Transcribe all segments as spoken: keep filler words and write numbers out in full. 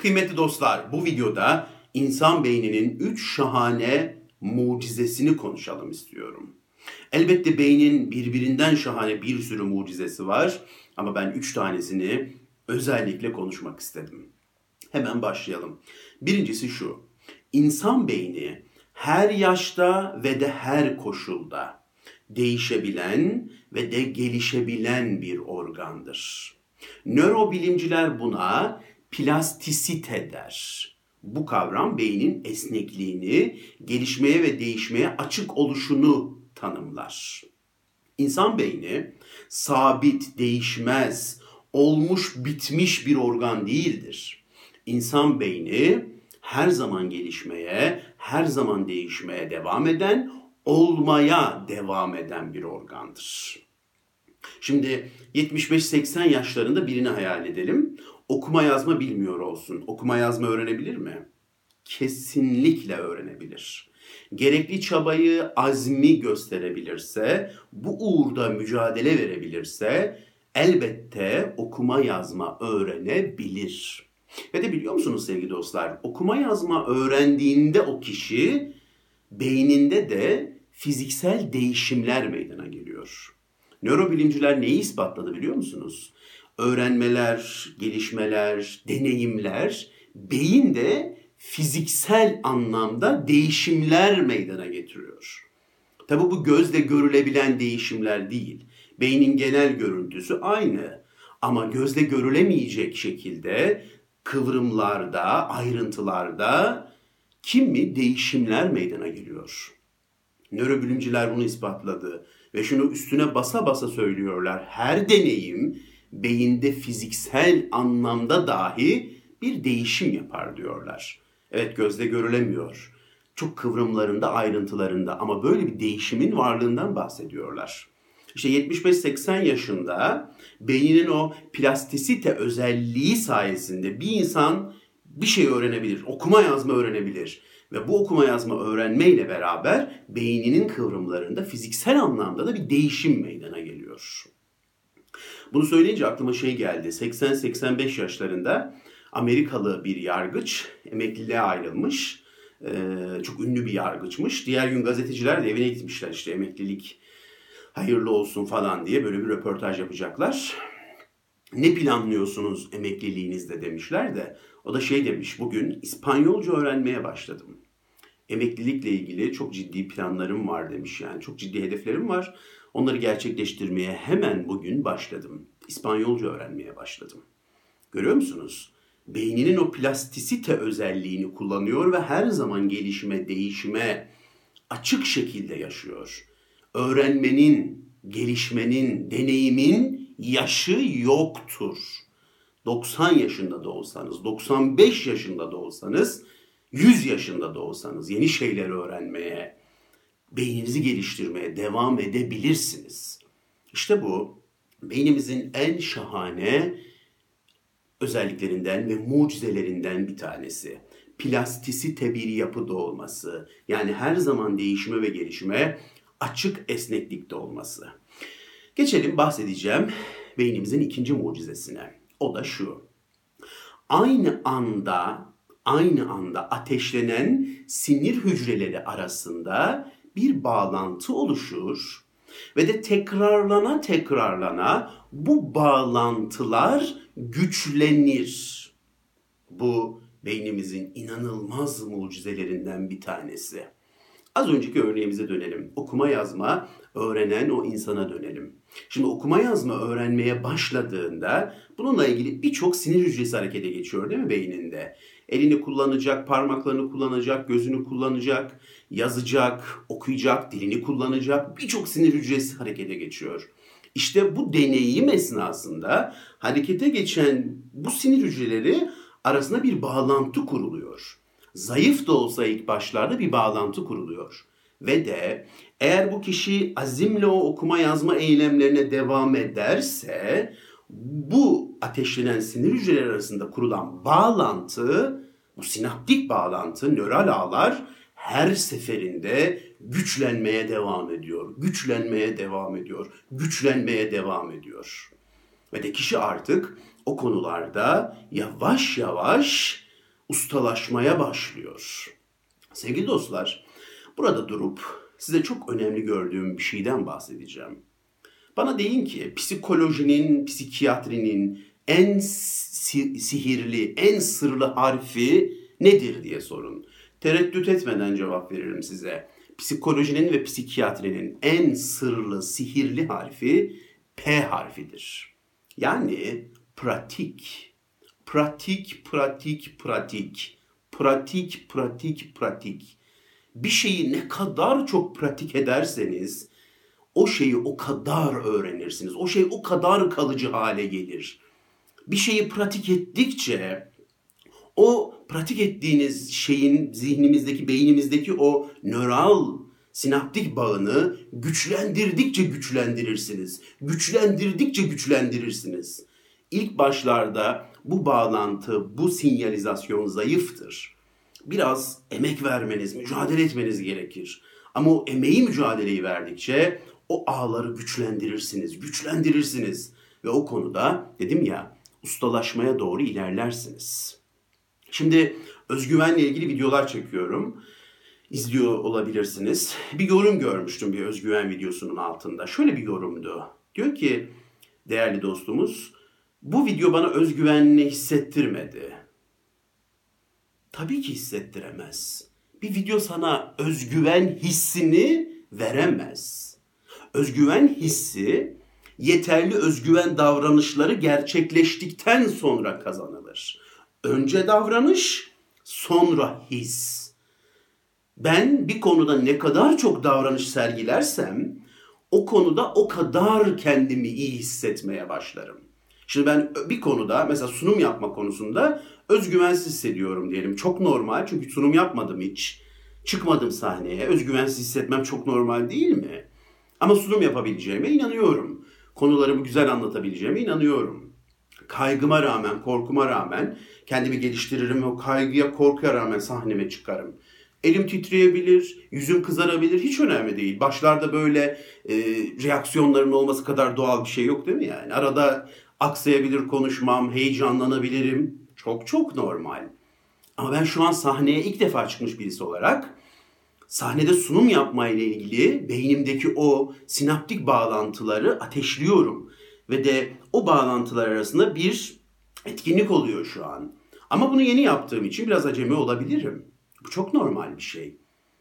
Kıymetli dostlar, bu videoda insan beyninin üç şahane mucizesini konuşalım istiyorum. Elbette beynin birbirinden şahane bir sürü mucizesi var ama ben üç tanesini özellikle konuşmak istedim. Hemen başlayalım. Birincisi şu, insan beyni her yaşta ve de her koşulda değişebilen ve de gelişebilen bir organdır. Nörobilimciler buna plastisite der. Bu kavram beynin esnekliğini, gelişmeye ve değişmeye açık oluşunu tanımlar. İnsan beyni sabit, değişmez, olmuş bitmiş bir organ değildir. İnsan beyni her zaman gelişmeye, her zaman değişmeye devam eden, olmaya devam eden bir organdır. Şimdi yetmiş beş seksen yaşlarında birini hayal edelim. Okuma yazma bilmiyor olsun. Okuma yazma öğrenebilir mi? Kesinlikle öğrenebilir. Gerekli çabayı, azmi gösterebilirse, bu uğurda mücadele verebilirse elbette okuma yazma öğrenebilir. Ve de biliyor musunuz sevgili dostlar, okuma yazma öğrendiğinde o kişi beyninde de fiziksel değişimler meydana geliyor. Nörobilimciler neyi ispatladı biliyor musunuz? Öğrenmeler, gelişmeler, deneyimler beyinde fiziksel anlamda değişimler meydana getiriyor. Tabii bu gözle görülebilen değişimler değil. Beynin genel görüntüsü aynı ama gözle görülemeyecek şekilde kıvrımlarda, ayrıntılarda kimi değişimler meydana geliyor. Nörobilimciler bunu ispatladı ve şunu üstüne basa basa söylüyorlar. Her deneyim beyinde fiziksel anlamda dahi bir değişim yapar diyorlar. Evet, gözle görülemiyor. Çok kıvrımlarında, ayrıntılarında ama böyle bir değişimin varlığından bahsediyorlar. İşte yetmiş beş seksen yaşında beyninin o plastisite özelliği sayesinde bir insan bir şey öğrenebilir, okuma yazma öğrenebilir. Ve bu okuma yazma öğrenmeyle beraber beyninin kıvrımlarında fiziksel anlamda da bir değişim meydana geliyor. Bunu söyleyince aklıma şey geldi. seksen seksen beş yaşlarında Amerikalı bir yargıç emekliliğe ayrılmış. Ee, çok ünlü bir yargıçmış. Diğer gün gazeteciler de evine gitmişler, işte emeklilik hayırlı olsun falan diye böyle bir röportaj yapacaklar. Ne planlıyorsunuz emekliliğinizde demişler de o da şey demiş, bugün İspanyolca öğrenmeye başladım. Emeklilikle ilgili çok ciddi planlarım var demiş, yani çok ciddi hedeflerim var. Onları gerçekleştirmeye hemen bugün başladım. İspanyolca öğrenmeye başladım. Görüyor musunuz? Beyninin o plastisite özelliğini kullanıyor ve her zaman gelişime, değişime açık şekilde yaşıyor. Öğrenmenin, gelişmenin, deneyimin yaşı yoktur. doksan yaşında da olsanız, doksan beş yaşında da olsanız, yüz yaşında da olsanız yeni şeyler öğrenmeye, beyninizi geliştirmeye devam edebilirsiniz. İşte bu beynimizin en şahane özelliklerinden ve mucizelerinden bir tanesi. Plastisite bir yapıda olması. Yani her zaman değişime ve gelişime açık, esneklikte olması. Geçelim, bahsedeceğim beynimizin ikinci mucizesine. O da şu. Aynı anda, aynı anda ateşlenen sinir hücreleri arasında bir bağlantı oluşur ve de tekrarlana tekrarlana bu bağlantılar güçlenir. Bu beynimizin inanılmaz mucizelerinden bir tanesi. Az önceki örneğimize dönelim. Okuma yazma öğrenen o insana dönelim. Şimdi okuma yazma öğrenmeye başladığında bununla ilgili birçok sinir hücresi harekete geçiyor değil mi beyninde? Elini kullanacak, parmaklarını kullanacak, gözünü kullanacak, yazacak, okuyacak, dilini kullanacak, birçok sinir hücresi harekete geçiyor. İşte bu deneyim esnasında harekete geçen bu sinir hücreleri arasında bir bağlantı kuruluyor. Zayıf da olsa ilk başlarda bir bağlantı kuruluyor. Ve de eğer bu kişi azimle o okuma yazma eylemlerine devam ederse bu ateşlenen sinir hücreleri arasında kurulan bağlantı, bu sinaptik bağlantı, nöral ağlar her seferinde güçlenmeye devam ediyor, güçlenmeye devam ediyor, güçlenmeye devam ediyor. Ve de kişi artık o konularda yavaş yavaş ustalaşmaya başlıyor. Sevgili dostlar, burada durup size çok önemli gördüğüm bir şeyden bahsedeceğim. Bana deyin ki psikolojinin, psikiyatrinin en si- sihirli, en sırlı harfi nedir diye sorun. Tereddüt etmeden cevap veririm size. Psikolojinin ve psikiyatrinin en sırlı, sihirli harfi P harfidir. Yani pratik. Pratik, pratik, pratik. Pratik, pratik, pratik. Bir şeyi ne kadar çok pratik ederseniz o şeyi o kadar öğrenirsiniz. O şey o kadar kalıcı hale gelir. Bir şeyi pratik ettikçe o pratik ettiğiniz şeyin zihnimizdeki, beynimizdeki o nöral sinaptik bağını güçlendirdikçe güçlendirirsiniz. Güçlendirdikçe güçlendirirsiniz. İlk başlarda bu bağlantı, bu sinyalizasyon zayıftır. Biraz emek vermeniz, mücadele etmeniz gerekir. Ama o emeği, mücadeleyi verdikçe o ağları güçlendirirsiniz, güçlendirirsiniz. Ve o konuda dedim ya, ustalaşmaya doğru ilerlersiniz. Şimdi özgüvenle ilgili videolar çekiyorum. İzliyor olabilirsiniz. Bir yorum görmüştüm bir özgüven videosunun altında. Şöyle bir yorumdu. Diyor ki değerli dostumuz, bu video bana özgüvenli hissettirmedi. Tabii ki hissettiremez. Bir video sana özgüven hissini veremez. Özgüven hissi yeterli özgüven davranışları gerçekleştikten sonra kazanılır. Önce davranış, sonra his. Ben bir konuda ne kadar çok davranış sergilersem o konuda o kadar kendimi iyi hissetmeye başlarım. Şimdi ben bir konuda mesela sunum yapma konusunda özgüvensiz hissediyorum diyelim. Çok normal çünkü sunum yapmadım hiç. Çıkmadım sahneye. Özgüvensiz hissetmem çok normal değil mi? Ama sunum yapabileceğime inanıyorum. Konularımı güzel anlatabileceğime inanıyorum. Kaygıma rağmen, korkuma rağmen kendimi geliştiririm ve o kaygıya, korkuya rağmen sahneme çıkarım. Elim titreyebilir, yüzüm kızarabilir, hiç önemli değil. Başlarda böyle e, reaksiyonların olması kadar doğal bir şey yok değil mi yani? Arada aksayabilir konuşmam, heyecanlanabilirim. Çok çok normal. Ama ben şu an sahneye ilk defa çıkmış birisi olarak sahnede sunum yapmayla ilgili beynimdeki o sinaptik bağlantıları ateşliyorum. Ve de o bağlantılar arasında bir etkinlik oluyor şu an. Ama bunu yeni yaptığım için biraz acemi olabilirim. Bu çok normal bir şey.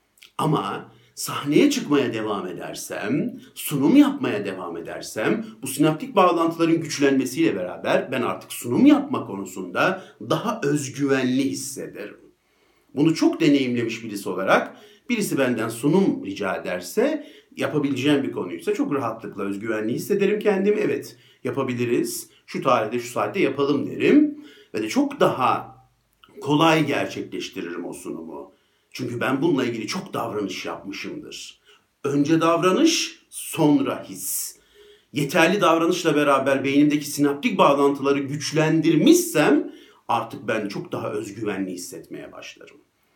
Ama sahneye çıkmaya devam edersem, sunum yapmaya devam edersem, bu sinaptik bağlantıların güçlenmesiyle beraber ben artık sunum yapma konusunda daha özgüvenli hissederim. Bunu çok deneyimlemiş birisi olarak birisi benden sunum rica ederse, yapabileceğim bir konuysa çok rahatlıkla özgüvenli hissederim kendimi. Evet, yapabiliriz, şu tarihte şu saatte yapalım derim ve de çok daha kolay gerçekleştiririm o sunumu. Çünkü ben bununla ilgili çok davranış yapmışımdır. Önce davranış, sonra his. Yeterli davranışla beraber beynimdeki sinaptik bağlantıları güçlendirmişsem artık ben çok daha özgüvenli hissetmeye başlarım.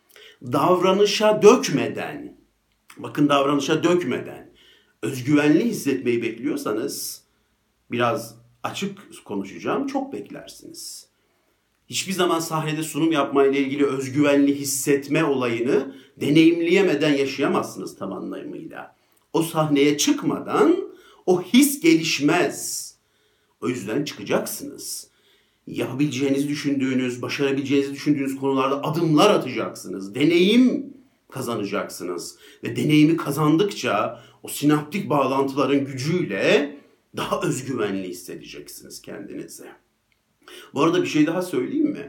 Davranışa dökmeden, bakın davranışa dökmeden özgüvenli hissetmeyi bekliyorsanız biraz açık konuşacağım, çok beklersiniz. Hiçbir zaman sahnede sunum yapmayla ilgili özgüvenli hissetme olayını deneyimleyemeden yaşayamazsınız tam anlamıyla. O sahneye çıkmadan o his gelişmez. O yüzden çıkacaksınız. Yapabileceğinizi düşündüğünüz, başarabileceğinizi düşündüğünüz konularda adımlar atacaksınız. Deneyim kazanacaksınız. Ve deneyimi kazandıkça o sinaptik bağlantıların gücüyle daha özgüvenli hissedeceksiniz kendinizi. Bu arada bir şey daha söyleyeyim mi?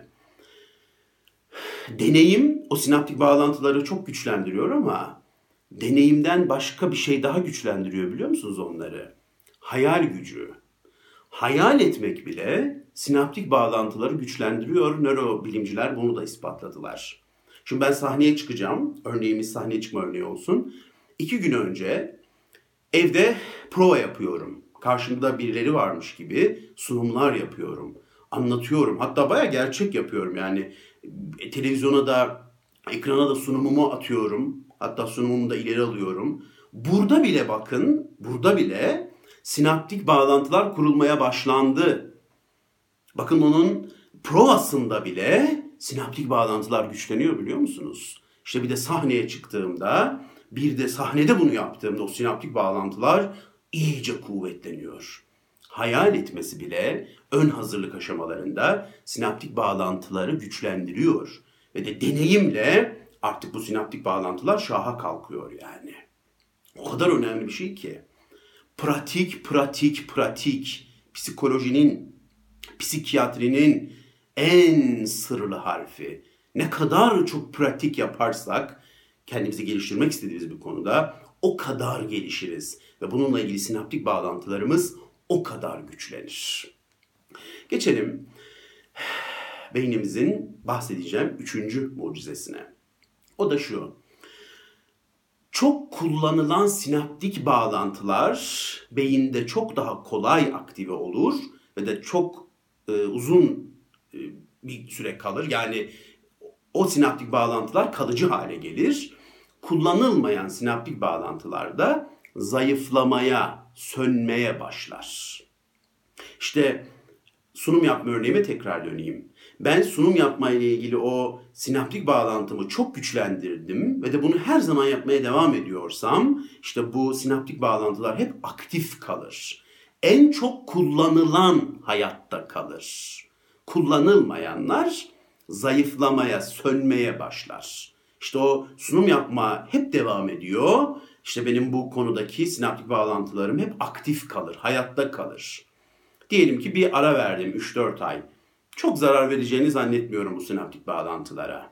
Deneyim o sinaptik bağlantıları çok güçlendiriyor ama deneyimden başka bir şey daha güçlendiriyor biliyor musunuz onları? Hayal gücü. Hayal etmek bile sinaptik bağlantıları güçlendiriyor. Nörobilimciler bunu da ispatladılar. Şimdi ben sahneye çıkacağım. Örneğimiz sahneye çıkma örneği olsun. İki gün önce evde prova yapıyorum. Karşımda birileri varmış gibi sunumlar yapıyorum. Anlatıyorum. Hatta bayağı gerçek yapıyorum. Yani televizyona da, ekrana da sunumumu atıyorum. Hatta sunumumu da ileri alıyorum. Burada bile bakın, burada bile sinaptik bağlantılar kurulmaya başlandı. Bakın onun provasında bile sinaptik bağlantılar güçleniyor biliyor musunuz? İşte bir de sahneye çıktığımda, bir de sahnede bunu yaptığımda o sinaptik bağlantılar iyice kuvvetleniyor. Hayal etmesi bile ön hazırlık aşamalarında sinaptik bağlantıları güçlendiriyor. Ve de deneyimle artık bu sinaptik bağlantılar şaha kalkıyor yani. O kadar önemli bir şey ki. Pratik, pratik, pratik. Psikolojinin, psikiyatrinin en sırlı harfi. Ne kadar çok pratik yaparsak kendimizi geliştirmek istediğimiz bir konuda o kadar gelişiriz. Ve bununla ilgili sinaptik bağlantılarımız o kadar güçlenir. Geçelim beynimizin bahsedeceğim üçüncü mucizesine. O da şu. Çok kullanılan sinaptik bağlantılar beyinde çok daha kolay aktive olur ve de çok e, uzun e, bir süre kalır. Yani o sinaptik bağlantılar kalıcı hale gelir. Kullanılmayan sinaptik bağlantılar da zayıflamaya, sönmeye başlar. İşte sunum yapma örneğime tekrar döneyim. Ben sunum yapma ile ilgili o sinaptik bağlantımı çok güçlendirdim ve de bunu her zaman yapmaya devam ediyorsam işte bu sinaptik bağlantılar hep aktif kalır. En çok kullanılan hayatta kalır. Kullanılmayanlar zayıflamaya, sönmeye başlar. İşte o sunum yapma hep devam ediyor. İşte benim bu konudaki sinaptik bağlantılarım hep aktif kalır, hayatta kalır. Diyelim ki bir ara verdim üç dört ay. Çok zarar vereceğini zannetmiyorum bu sinaptik bağlantılara.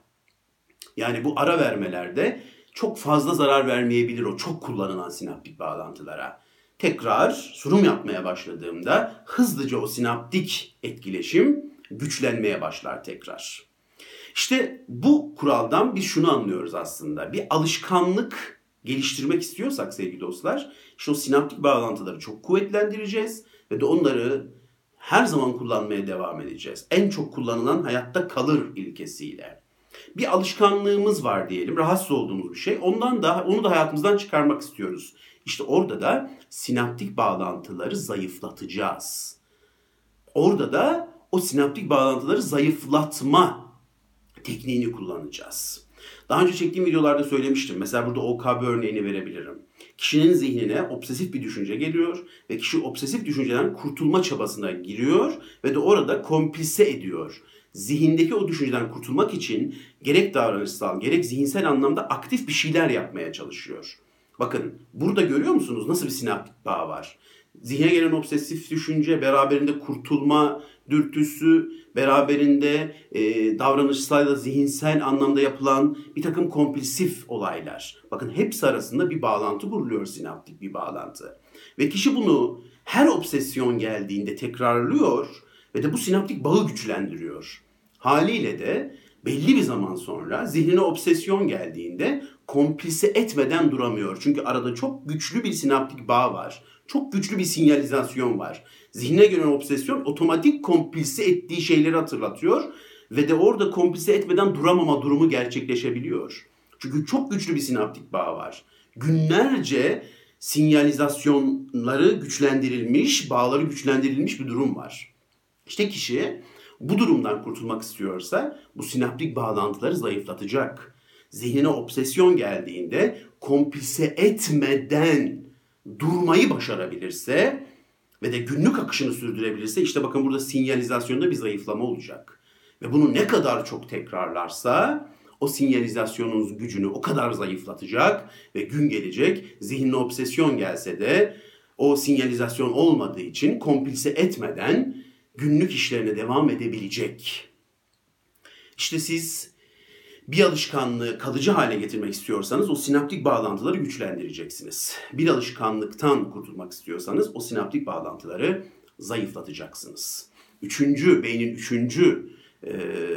Yani bu ara vermelerde çok fazla zarar vermeyebilir o çok kullanılan sinaptik bağlantılara. Tekrar sunum yapmaya başladığımda hızlıca o sinaptik etkileşim güçlenmeye başlar tekrar. İşte bu kuraldan biz şunu anlıyoruz aslında. Bir alışkanlık geliştirmek istiyorsak sevgili dostlar, işte o sinaptik bağlantıları çok kuvvetlendireceğiz ve de onları her zaman kullanmaya devam edeceğiz. En çok kullanılan hayatta kalır ilkesiyle. Bir alışkanlığımız var diyelim, rahatsız olduğumuz bir şey. Ondan da onu da hayatımızdan çıkarmak istiyoruz. İşte orada da sinaptik bağlantıları zayıflatacağız. Orada da o sinaptik bağlantıları zayıflatma tekniğini kullanacağız. Daha önce çektiğim videolarda söylemiştim. Mesela burada O K B örneğini verebilirim. Kişinin zihnine obsesif bir düşünce geliyor ve kişi obsesif düşünceden kurtulma çabasına giriyor ve de orada komplise ediyor. Zihindeki o düşünceden kurtulmak için gerek davranışsal gerek zihinsel anlamda aktif bir şeyler yapmaya çalışıyor. Bakın burada görüyor musunuz nasıl bir sinaptik bağ var? Zihne gelen obsesif düşünce beraberinde kurtulma dürtüsü, beraberinde e, davranışsal da zihinsel anlamda yapılan bir takım kompulsif olaylar. Bakın hepsi arasında bir bağlantı kuruluyor, sinaptik bir bağlantı. Ve kişi bunu her obsesyon geldiğinde tekrarlıyor ve de bu sinaptik bağı güçlendiriyor. Haliyle de belli bir zaman sonra zihnine obsesyon geldiğinde komplise etmeden duramıyor. Çünkü arada çok güçlü bir sinaptik bağ var. Çok güçlü bir sinyalizasyon var. Zihne gelen obsesyon otomatik komplise ettiği şeyleri hatırlatıyor ve de orada komplise etmeden duramama durumu gerçekleşebiliyor. Çünkü çok güçlü bir sinaptik bağ var. Günlerce sinyalizasyonları güçlendirilmiş, bağları güçlendirilmiş bir durum var. İşte kişi bu durumdan kurtulmak istiyorsa bu sinaptik bağlantıları zayıflatacak. Zihnine obsesyon geldiğinde komplise etmeden durmayı başarabilirse ve de günlük akışını sürdürebilirse işte bakın burada sinyalizasyonda bir zayıflama olacak. Ve bunu ne kadar çok tekrarlarsa o sinyalizasyonun gücünü o kadar zayıflatacak ve gün gelecek zihnine obsesyon gelse de o sinyalizasyon olmadığı için komplise etmeden günlük işlerine devam edebilecek. İşte siz bir alışkanlığı kalıcı hale getirmek istiyorsanız o sinaptik bağlantıları güçlendireceksiniz. Bir alışkanlıktan kurtulmak istiyorsanız o sinaptik bağlantıları zayıflatacaksınız. Üçüncü, beynin üçüncü e,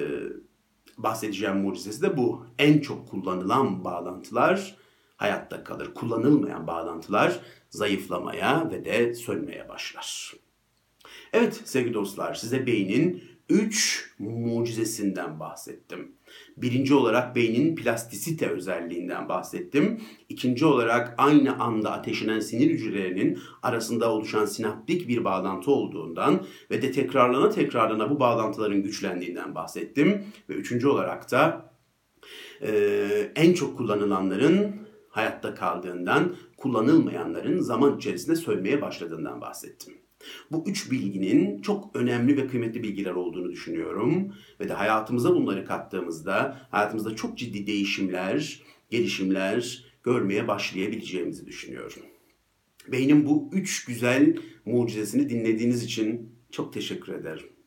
bahsedeceğim mucizesi de bu. En çok kullanılan bağlantılar hayatta kalır. Kullanılmayan bağlantılar zayıflamaya ve de sönmeye başlar. Evet sevgili dostlar, size beynin üç mucizesinden bahsettim. Birinci olarak beynin plastisite özelliğinden bahsettim. İkinci olarak aynı anda ateşlenen sinir hücrelerinin arasında oluşan sinaptik bir bağlantı olduğundan ve de tekrarlana tekrarlana bu bağlantıların güçlendiğinden bahsettim. Ve üçüncü olarak da e, en çok kullanılanların hayatta kaldığından, kullanılmayanların zaman içerisinde sönmeye başladığından bahsettim. Bu üç bilginin çok önemli ve kıymetli bilgiler olduğunu düşünüyorum. Ve de hayatımıza bunları kattığımızda hayatımızda çok ciddi değişimler, gelişimler görmeye başlayabileceğimizi düşünüyorum. Beynin bu üç güzel mucizesini dinlediğiniz için çok teşekkür ederim.